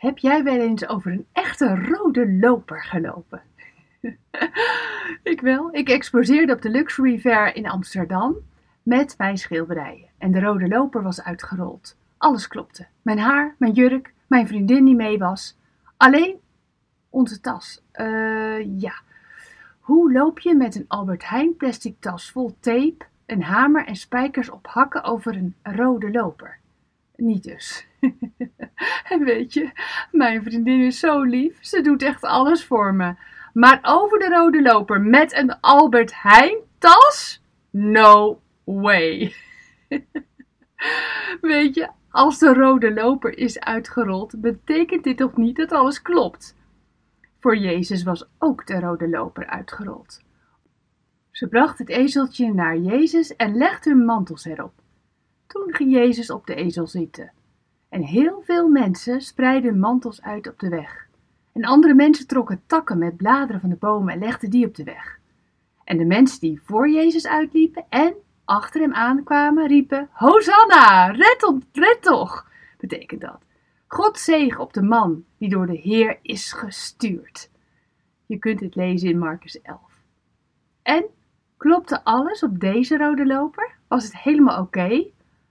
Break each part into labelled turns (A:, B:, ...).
A: Heb jij wel eens over een echte rode loper gelopen? Ik wel. Ik exposeerde op de Luxury Fair in Amsterdam met mijn schilderijen. En de rode loper was uitgerold. Alles klopte. Mijn haar, mijn jurk, mijn vriendin die mee was. Alleen onze tas. Ja. Hoe loop je met een Albert Heijn plastic tas vol tape, een hamer en spijkers op hakken over een rode loper? Niet dus. En weet je, mijn vriendin is zo lief. Ze doet echt alles voor me. Maar over de rode loper met een Albert Heijn tas? No way. Weet je, als de rode loper is uitgerold, betekent dit toch niet dat alles klopt? Voor Jezus was ook de rode loper uitgerold. Ze bracht het ezeltje naar Jezus en legde hun mantels erop. Toen ging Jezus op de ezel zitten. En heel veel mensen spreidden hun mantels uit op de weg. En andere mensen trokken takken met bladeren van de bomen en legden die op de weg. En de mensen die voor Jezus uitliepen en achter hem aankwamen, riepen: Hosanna, red toch, betekent dat. God zegen op de man die door de Heer is gestuurd. Je kunt dit lezen in Marcus 11. En klopte alles op deze rode loper? Was het helemaal oké?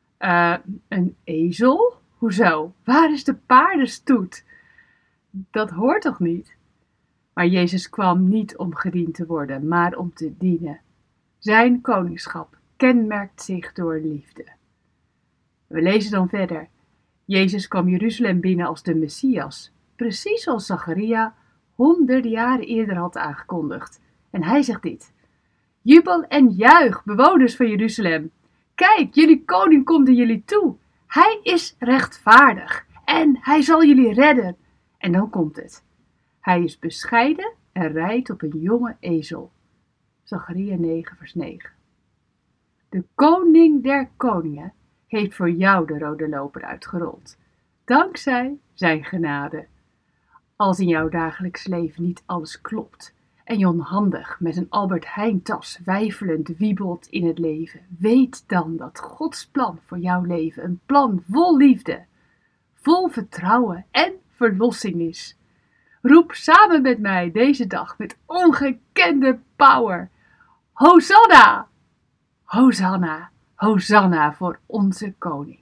A: Een ezel? Hoezo? Waar is de paardenstoet? Dat hoort toch niet? Maar Jezus kwam niet om gediend te worden, maar om te dienen. Zijn koningschap kenmerkt zich door liefde. We lezen dan verder. Jezus kwam Jeruzalem binnen als de Messias, precies zoals Zacharia honderden jaren eerder had aangekondigd. En hij zegt dit: Jubel en juich, bewoners van Jeruzalem. Kijk, jullie koning komt naar jullie toe. Hij is rechtvaardig en hij zal jullie redden. En dan komt het. Hij is bescheiden en rijdt op een jonge ezel. Zacharia 9 vers 9. De koning der koningen heeft voor jou de rode loper uitgerold. Dankzij zijn genade. Als in jouw dagelijks leven niet alles klopt en je onhandig met een Albert Heijn tas weifelend wiebelt in het leven, weet dan dat Gods plan voor jouw leven een plan vol liefde, vol vertrouwen en verlossing is. Roep samen met mij deze dag met ongekende power: Hosanna! Hosanna! Hosanna voor onze koning.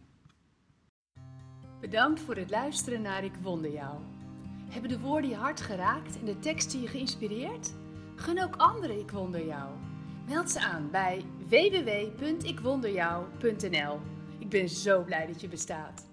B: Bedankt voor het luisteren naar Ik Wonder Jou. Hebben de woorden je hart geraakt en de teksten je geïnspireerd? Gun ook anderen Ik Wonder Jou. Meld ze aan bij www.ikwonderjou.nl. Ik ben zo blij dat je bestaat.